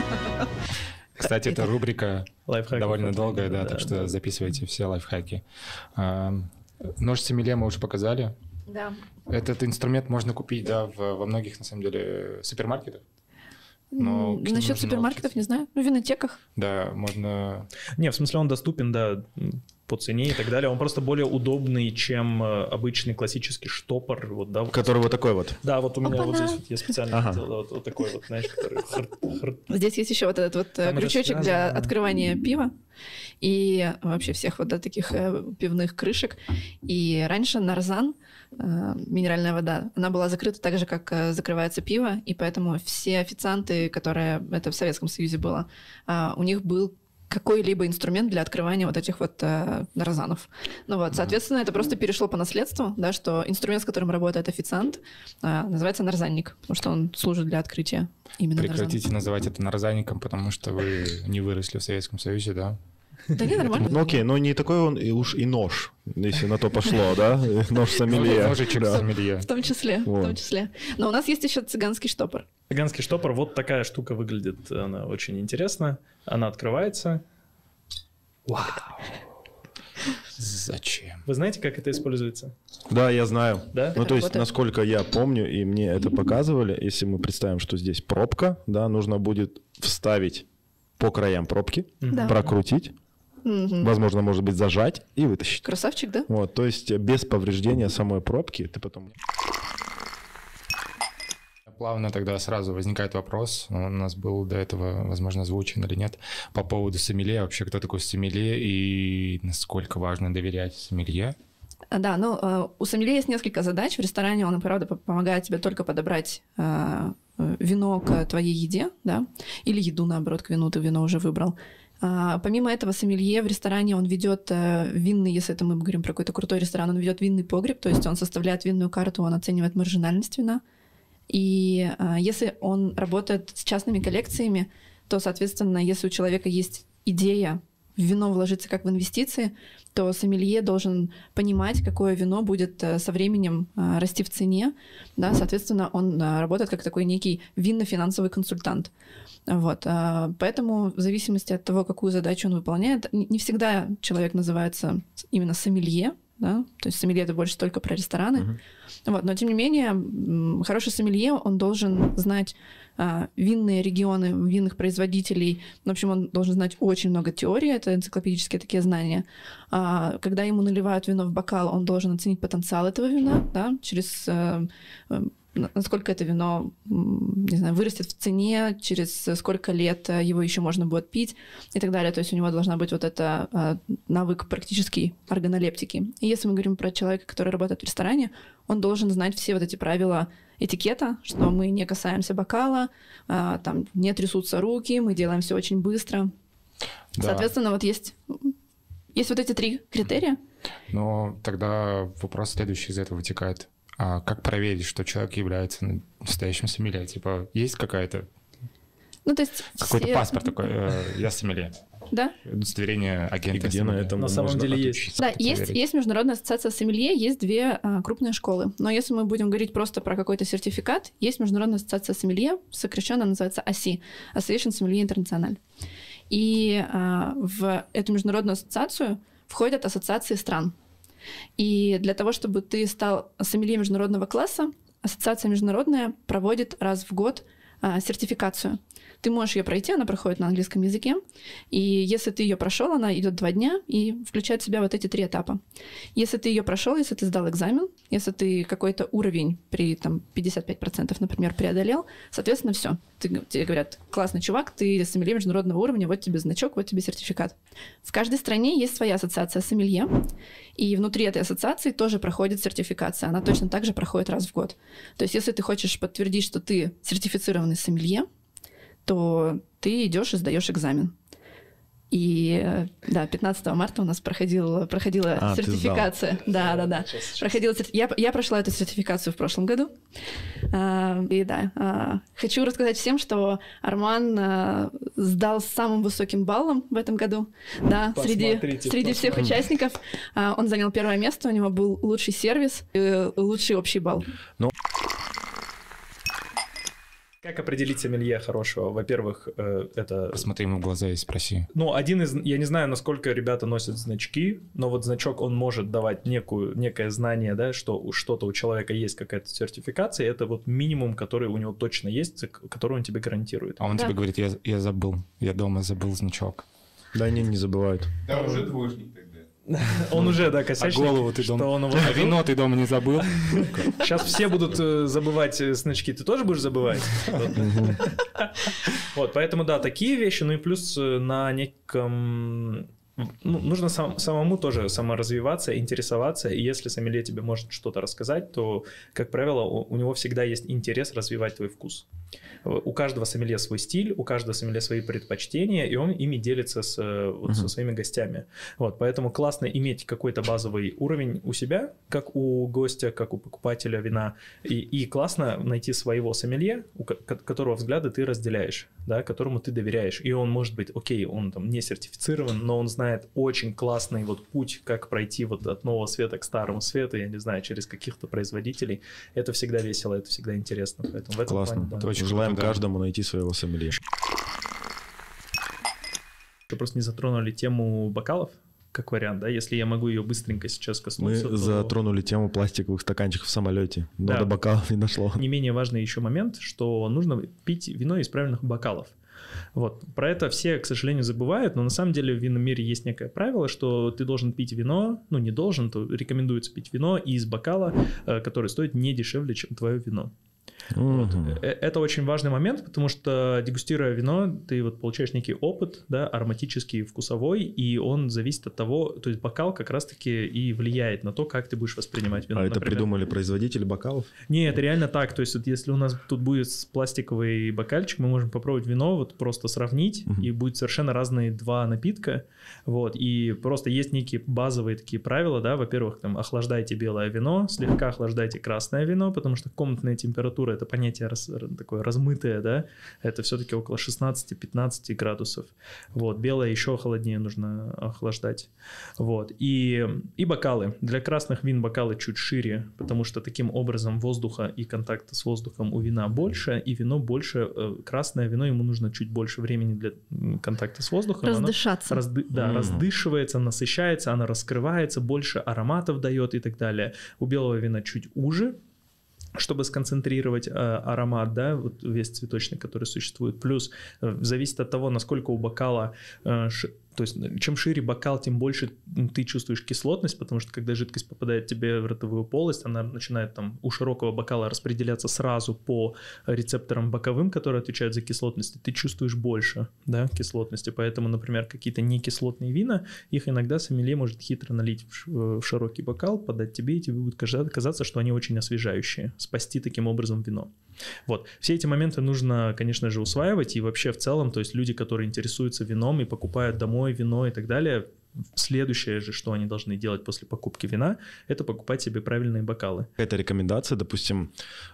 Кстати, эта рубрика Лайфхаки. довольно долгая, да, Да, так что да. записывайте все лайфхаки. А, Нож сомелье мы уже показали. Да. Этот инструмент можно купить, да, в- во многих, на самом деле, супермаркетах. Но М, к нему Насчет нужно супермаркетов научиться. не знаю. Ну, в винотеках. Да, можно... Не, в смысле он доступен, да, по цене и так далее. Он просто более удобный, чем э, обычный классический штопор. Вот, да, вот. Который вот такой вот. Да, вот у меня вот Опа-на. здесь вот я специально Ага. хотел, да, вот, вот такой вот, знаешь, который... хр- хр- Здесь есть еще вот этот вот э, Там уже крючочек для связано. открывания пива и вообще всех вот да, таких э, пивных крышек. И раньше нарзан, э, минеральная вода, она была закрыта так же, как э, закрывается пиво, и поэтому все официанты, которые, это в Советском Союзе было, э, у них был какой-либо инструмент для открывания вот этих вот э, нарзанов. Ну вот, соответственно, это просто перешло по наследству, да, что инструмент, с которым работает официант, э, называется нарзанник, потому что он служит для открытия именно нарзана. Прекратите называть это нарзанником, потому что вы не выросли в Советском Союзе, да? Да не, нормально. Ну окей, но не такой он и уж и нож, если на то пошло, да? Нож сомелье. Ножичек Да. сомелье. В том числе, Вот. в том числе. Но у нас есть еще цыганский штопор. Цыганский штопор, вот такая штука выглядит, она очень интересно. Она открывается. Вау. Зачем? Вы знаете, как это используется? Да, я знаю. Да? Ну, то есть, работает? насколько я помню, и мне это показывали, если мы представим, что здесь пробка, да, нужно будет вставить по краям пробки, Да. прокрутить, Мгм. возможно, может быть, зажать и вытащить. Красавчик, да? Вот, то есть без повреждения самой пробки ты потом... Плавно тогда сразу возникает вопрос, он у нас был до этого, возможно, озвучен или нет, по поводу сомелье. Вообще, кто такой сомелье и насколько важно доверять сомелье? А, Да, ну, э, у сомелье есть несколько задач. В ресторане он, правда, по- помогает тебе только подобрать э, э, вино к твоей еде, да, или еду, наоборот, к вину, ты вино уже выбрал. А, Помимо этого, сомелье в ресторане, он ведет э, винный, если это мы говорим про какой-то крутой ресторан, он ведет винный погреб, то есть он составляет винную карту, он оценивает маржинальность вина. И э, если он работает с частными коллекциями, то, соответственно, если у человека есть идея в вино вложиться как в инвестиции, то сомелье должен понимать, какое вино будет э, со временем э, расти в цене. Да, соответственно, он э, работает как такой некий винно-финансовый консультант. Вот. э, Поэтому в зависимости от того, какую задачу он выполняет, не не всегда человек называется именно сомелье, да? То есть сомелье — это больше только про рестораны. Мгм. Вот. Но, тем не менее, м, хороший сомелье, он должен знать а, винные регионы, винных производителей. В общем, он должен знать очень много теории, это энциклопедические такие знания. А, когда ему наливают вино в бокал, он должен оценить потенциал этого вина, да, через э, э, на- насколько это вино, м, не знаю, вырастет в цене, через сколько лет э, его еще можно будет пить и так далее. То есть у него должна быть вот это э, навык практический органолептики. И если мы говорим про человека, который работает в ресторане, он должен знать все вот эти правила этикета, что мы не касаемся бокала, а, там не трясутся руки, мы делаем все очень быстро. Да. Соответственно, вот есть, есть вот эти три критерия. Но тогда вопрос следующий из этого вытекает. А как проверить, что человек является настоящим сомелье? Типа, есть какая-то Ну, то есть какой-то все- паспорт такой, э, я сомелье, Да? удостоверение агента И где на сомелье. этом На самом можно деле есть. Отучиться, Да, это есть, проверить. есть Международная ассоциация сомелье, есть две а, крупные школы. Но если мы будем говорить просто про какой-то сертификат, есть Международная ассоциация сомелье, сокращенно называется эй си, Association Sommelier International. И а, в эту международную ассоциацию входят ассоциации стран. И для того, чтобы ты стал сомелье международного класса, ассоциация международная проводит раз в год а, сертификацию. Ты можешь ее пройти, она проходит на английском языке, и если ты ее прошел, она идет два дня и включает в себя вот эти три этапа. Если ты ее прошел, если ты сдал экзамен, если ты какой-то уровень при там, пятьдесят пять процентов, например, преодолел, соответственно, все. Тебе говорят: классный чувак, ты сомелье международного уровня, вот тебе значок, вот тебе сертификат. В каждой стране есть своя ассоциация сомелье, и внутри этой ассоциации тоже проходит сертификация. Она точно так же проходит раз в год. То есть если ты хочешь подтвердить, что ты сертифицированный сомелье, то ты идешь и сдаешь экзамен. И да, пятнадцатого марта у нас проходила, проходила а, сертификация. Да, да, да. Проходила, я, я прошла эту сертификацию в прошлом году. А, и да, а, хочу рассказать всем, что Арман а, сдал с самым высоким баллом в этом году. Да, среди, среди всех участников а, он занял первое место, у него был лучший сервис и лучший общий балл. Ну... Как определить сомелье хорошего? Во-первых, это... Посмотри ему в глаза и спроси. Ну, один из... Я не знаю, насколько ребята носят значки, но вот значок, он может давать некую, некое знание, да, что что-то у человека есть, какая-то сертификация, и это вот минимум, который у него точно есть, который он тебе гарантирует. А он да. тебе говорит: я, я забыл, я дома забыл значок. Да, они не забывают. Да, уже двоечник тогда. Он уже, да, косячник. А голову ты дома... Он его... А вино ты дома не забыл? Сейчас все будут забывать значки. Ты тоже будешь забывать? Вот, поэтому, да, такие вещи. Ну и плюс на неком... Ну, нужно сам, самому тоже саморазвиваться, интересоваться, и если сомелье тебе может что-то рассказать, то, как правило, у, у него всегда есть интерес развивать твой вкус. У каждого сомелье свой стиль, у каждого сомелье свои предпочтения, и он ими делится с, вот, uh-huh. со своими гостями. Вот, поэтому классно иметь какой-то базовый уровень у себя, как у гостя, как у покупателя вина, и, и классно найти своего сомелье, у которого взгляды ты разделяешь, да, которому ты доверяешь, и он может быть, окей, он там не сертифицирован, но он знает очень классный вот путь, как пройти вот от нового света к старому свету, я не знаю, через каких-то производителей. Это всегда весело, это всегда интересно. Поэтому в этом классно. плане, да. Очень Желаем круто, да. каждому найти своего сомелье. Вы просто не затронули тему бокалов, как вариант, да? Если я могу ее быстренько сейчас коснуться. Мы то... затронули тему пластиковых стаканчиков в самолете, но да. до бокалов не дошло. Не менее важный еще момент, что нужно пить вино из правильных бокалов. Вот. Про это все, к сожалению, забывают, но на самом деле в винном мире есть некое правило, что ты должен пить вино, ну не должен, то рекомендуется пить вино из бокала, который стоит не дешевле, чем твое вино. Вот. Uh-huh. Это очень важный момент, потому что, дегустируя вино, ты вот получаешь некий опыт, да, ароматический, вкусовой, и он зависит от того, то есть бокал как раз-таки и влияет на то, как ты будешь воспринимать вино. А это Например, придумали производители бокалов? Не, это реально так, то есть вот если у нас тут будет пластиковый бокальчик, мы можем попробовать вино, вот просто сравнить, uh-huh. и будет совершенно разные два напитка, вот, и просто есть некие базовые такие правила, да, во-первых, там, охлаждайте белое вино, слегка охлаждайте красное вино, потому что комнатная температура — это понятие раз, такое размытое, да, это все-таки около шестнадцать-пятнадцать градусов, вот, белое еще холоднее нужно охлаждать, вот, и, и бокалы, для красных вин бокалы чуть шире, потому что таким образом воздуха и контакта с воздухом у вина больше, и вино больше, красное вино, ему нужно чуть больше времени для контакта с воздухом. Раздышаться. Оно разды, да, mm. раздышивается, насыщается, оно раскрывается, больше ароматов дает и так далее. У белого вина чуть уже, чтобы сконцентрировать э, аромат, да, вот весь цветочный, который существует. Плюс э, зависит от того, насколько у бокала, э, ш... то есть чем шире бокал, тем больше ты чувствуешь кислотность, потому что когда жидкость попадает тебе в ротовую полость, она начинает там у широкого бокала распределяться сразу по рецепторам боковым, которые отвечают за кислотность, и ты чувствуешь больше, да, кислотности. Поэтому, например, какие-то некислотные вина, их иногда сомелье может хитро налить в, в широкий бокал, подать тебе, и тебе будет казаться, что они очень освежающие, спасти таким образом вино. Вот. Все эти моменты нужно, конечно же, усваивать, и вообще в целом, то есть люди, которые интересуются вином и покупают домой вино и так далее, следующее же, что они должны делать после покупки вина, это покупать себе правильные бокалы. Это рекомендация, допустим,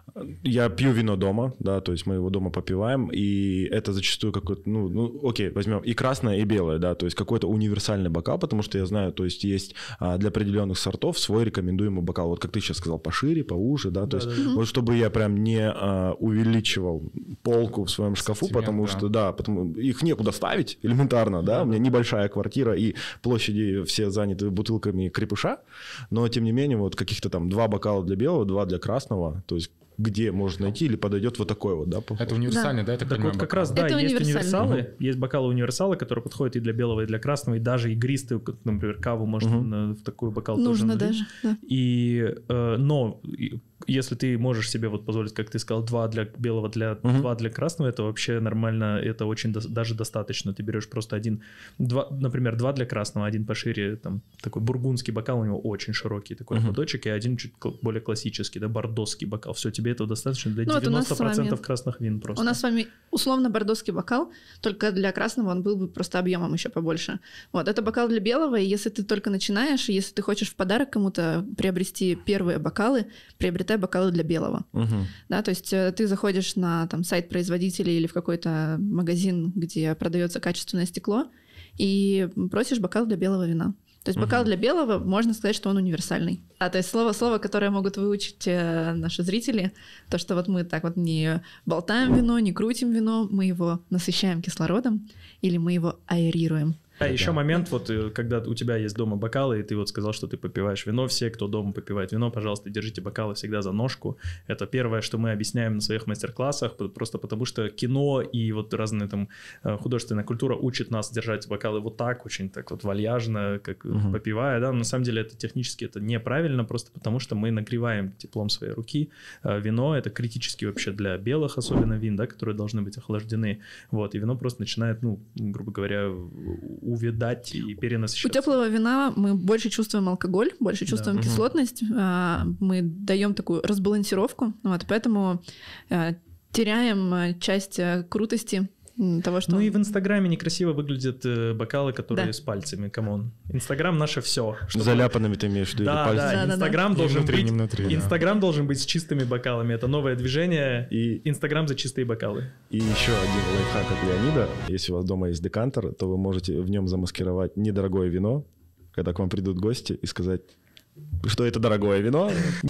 я пью вино дома, да, то есть мы его дома попиваем, и это зачастую какой-то, ну, ну, окей, возьмем и красное, и белое, да, то есть какой-то универсальный бокал, потому что я знаю, то есть есть а, для определенных сортов свой рекомендуемый бокал, вот как ты сейчас сказал, пошире, поуже, да, то да, есть да, да. вот чтобы я прям не а, увеличивал полку в своем шкафу, Ассортимент, потому да. что, да, потому их некуда ставить элементарно, да, да, у меня небольшая квартира, и площади все заняты бутылками крепыша, но тем не менее вот каких-то там два бокала для белого, два для красного, то есть где можно найти или подойдет вот такой вот, да? Похож? Это универсальный, да? да это так вот как раз, да, это есть универсалы, угу. есть бокалы-универсалы, которые подходят и для белого, и для красного, и даже игристые, например, каву можно угу. на, в такой бокал Нужно тоже даже, да. И, э, но если ты можешь себе вот позволить, как ты сказал, два для белого, для, угу. два для красного, это вообще нормально, это очень до, даже достаточно. Ты берешь просто один, два, например, два для красного, один пошире, там такой бургундский бокал, у него очень широкий такой угу. ходочек, и один чуть более классический, да, бордоский бокал. Все, тебе этого достаточно для ну, девяноста процентов вами, красных вин просто. У нас с вами условно бордоский бокал, только для красного он был бы просто объемом еще побольше. Вот, это бокал для белого, и если ты только начинаешь, и если ты хочешь в подарок кому-то приобрести первые бокалы, приобретай бокалы для белого. Угу. Да, то есть ты заходишь на там, сайт производителя или в какой-то магазин, где продается качественное стекло, и просишь бокал для белого вина. То есть бокал uh-huh. для белого, можно сказать, что он универсальный. А то есть слово-слово, которое могут выучить э, наши зрители, то, что вот мы так вот не болтаем вино, не крутим вино, мы его насыщаем кислородом или мы его аэрируем. А еще момент, вот когда у тебя есть дома бокалы, и ты вот сказал, что ты попиваешь вино, все, кто дома попивает вино, пожалуйста, держите бокалы всегда за ножку. Это первое, что мы объясняем на своих мастер-классах, просто потому что кино и вот разные там художественная культура учит нас держать бокалы вот так, очень так вот вальяжно, как угу. попивая, да, но на самом деле это технически это неправильно, просто потому что мы нагреваем теплом своей руки. Вино — это критически вообще для белых, особенно вин, да, которые должны быть охлаждены, вот, и вино просто начинает, ну, грубо говоря, увядать и перенасыщаться. У теплого вина мы больше чувствуем алкоголь, больше чувствуем да. кислотность, мы даем такую разбалансировку, вот, поэтому теряем часть крутости того, что... Ну и в Инстаграме некрасиво выглядят бокалы, которые да. с пальцами, камон. Инстаграм наше все. Чтобы... Заляпанными ты имеешь в виду да, пальцы? Да, да, Инстаграм да. должен внутри, быть... внутри, Инстаграм да. должен быть с чистыми бокалами. Это новое движение. И Инстаграм за чистые бокалы. И еще один лайфхак от Леонида. Если у вас дома есть декантер, то вы можете в нем замаскировать недорогое вино, когда к вам придут гости, и сказать, что это дорогое вино.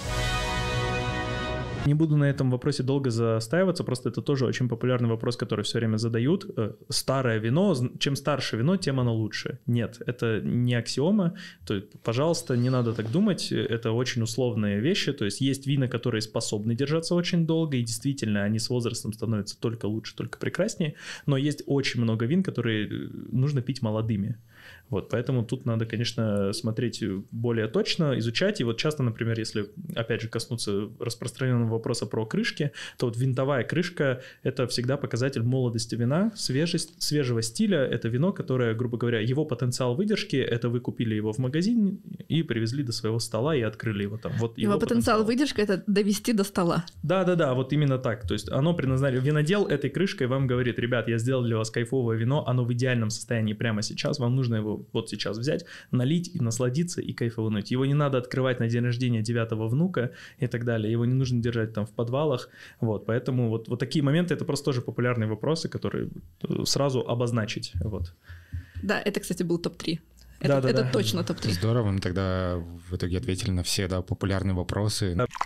Не буду на этом вопросе долго застаиваться, просто это тоже очень популярный вопрос, который все время задают. Старое вино, чем старше вино, тем оно лучше. Нет, это не аксиома. То есть, пожалуйста, не надо так думать, это очень условные вещи. То есть есть вина, которые способны держаться очень долго, и действительно они с возрастом становятся только лучше, только прекраснее. Но есть очень много вин, которые нужно пить молодыми. Вот, поэтому тут надо, конечно, смотреть более точно, изучать. И вот часто, например, если, опять же, коснуться распространенного вопроса про крышки, то вот винтовая крышка – это всегда показатель молодости вина, свежесть, свежего стиля. Это вино, которое, грубо говоря, его потенциал выдержки – это вы купили его в магазине и привезли до своего стола и открыли его там. Вот его, его потенциал, потенциал выдержки – это довести до стола. Да-да-да, вот именно так. То есть оно предназначено… Винодел этой крышкой вам говорит, ребят, я сделал для вас кайфовое вино, оно в идеальном состоянии прямо сейчас, вам нужно его вот сейчас взять, налить и насладиться и кайфануть. Его не надо открывать на день рождения девятого внука и так далее. Его не нужно держать там в подвалах. Вот, поэтому вот, вот такие моменты, это просто тоже популярные вопросы, которые сразу обозначить. Вот. Да, это, кстати, был топ три. Это, да, да, это да. точно топ три. Здорово, мы тогда в итоге ответили на все да, популярные вопросы. Да.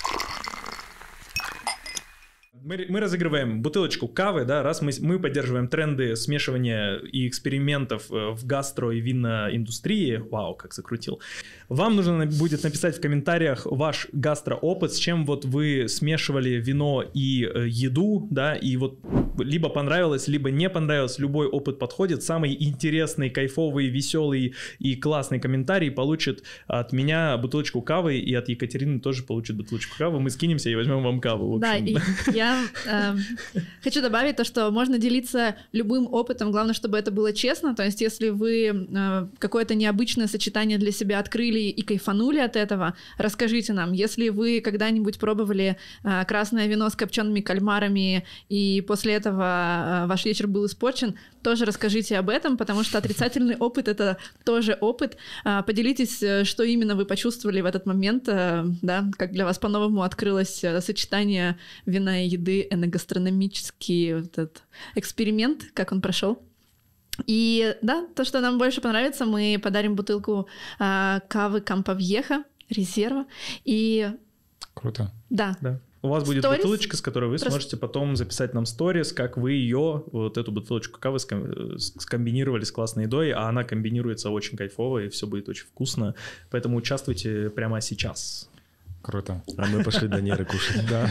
Мы, мы разыгрываем бутылочку кавы, да, раз мы, мы поддерживаем тренды смешивания и экспериментов в гастро- и винноиндустрии, вау, как закрутил, вам нужно будет написать в комментариях ваш гастроопыт, с чем вот вы смешивали вино и э, еду, да, и вот либо понравилось, либо не понравилось, любой опыт подходит, самый интересный, кайфовый, веселый и классный комментарий получит от меня бутылочку кавы, и от Екатерины тоже получит бутылочку кавы, мы скинемся и возьмем вам каву. Да, и я Я э, хочу добавить то, что можно делиться любым опытом, главное, чтобы это было честно. То есть, если вы э, какое-то необычное сочетание для себя открыли и кайфанули от этого, расскажите нам. Если вы когда-нибудь пробовали э, красное вино с копчеными кальмарами, и после этого э, ваш вечер был испорчен, тоже расскажите об этом, потому что отрицательный опыт — это тоже опыт. Э, поделитесь, что именно вы почувствовали в этот момент, э, да, как для вас по-новому открылось э, сочетание вина и еды, эногастрономический вот этот эксперимент, как он прошел. И да, то, что нам больше понравится, мы подарим бутылку э, кавы Кампа Вьеха, резерва. И Круто. Да. Да. У вас будет Stories? бутылочка, с которой вы Просто... сможете потом записать нам сторис, как вы ее, вот эту бутылочку кавы скомбинировали с классной едой, а она комбинируется очень кайфово, и все будет очень вкусно. Поэтому участвуйте прямо сейчас. Круто. А мы пошли до Неры кушать. Да.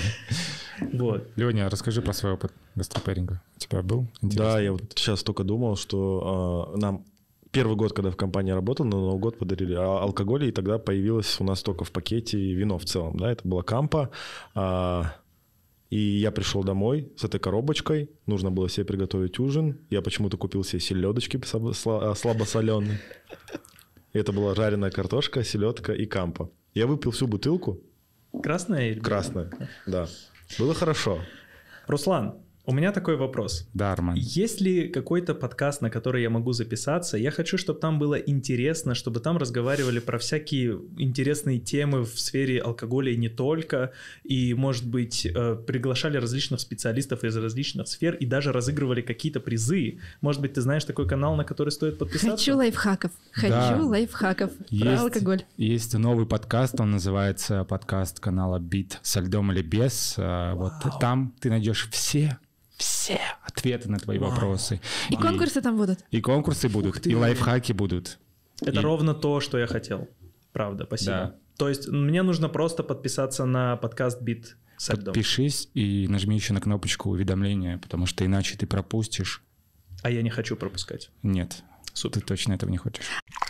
Вот. Леня, расскажи про свой опыт гастропэринга. У тебя был? Интересно? Да, я вот сейчас только думал, что э, нам первый год, когда в компании работал, на Новый год подарили алкоголь, и тогда появилось у нас только в пакете вино в целом. Да, это была Кампа. А, и я пришел домой с этой коробочкой. Нужно было себе приготовить ужин. Я почему-то купил себе селедочки слабосоленые. Это была жареная картошка, селедка и Кампа. Я выпил всю бутылку. Красная или Красная, да. Было хорошо. Руслан, у меня такой вопрос. Да, Арман. Есть ли какой-то подкаст, на который я могу записаться? Я хочу, чтобы там было интересно, чтобы там разговаривали про всякие интересные темы в сфере алкоголя и не только. И, может быть, приглашали различных специалистов из различных сфер и даже разыгрывали какие-то призы. Может быть, ты знаешь такой канал, на который стоит подписаться? Хочу лайфхаков. Хочу Да. лайфхаков Есть, про алкоголь. есть новый подкаст, он называется подкаст канала Beat со льдом или без. А, Вот там ты найдешь все, все ответы на твои Вау. вопросы. И конкурсы там будут. И конкурсы будут, ты. и лайфхаки будут. Это И- ровно то, что я хотел. Правда, спасибо. Да. То есть мне нужно просто подписаться на подкаст Бит со льдом. Подпишись и нажми еще на кнопочку уведомления, потому что иначе ты пропустишь. А я не хочу пропускать. Нет, Супер. ты точно этого не хочешь.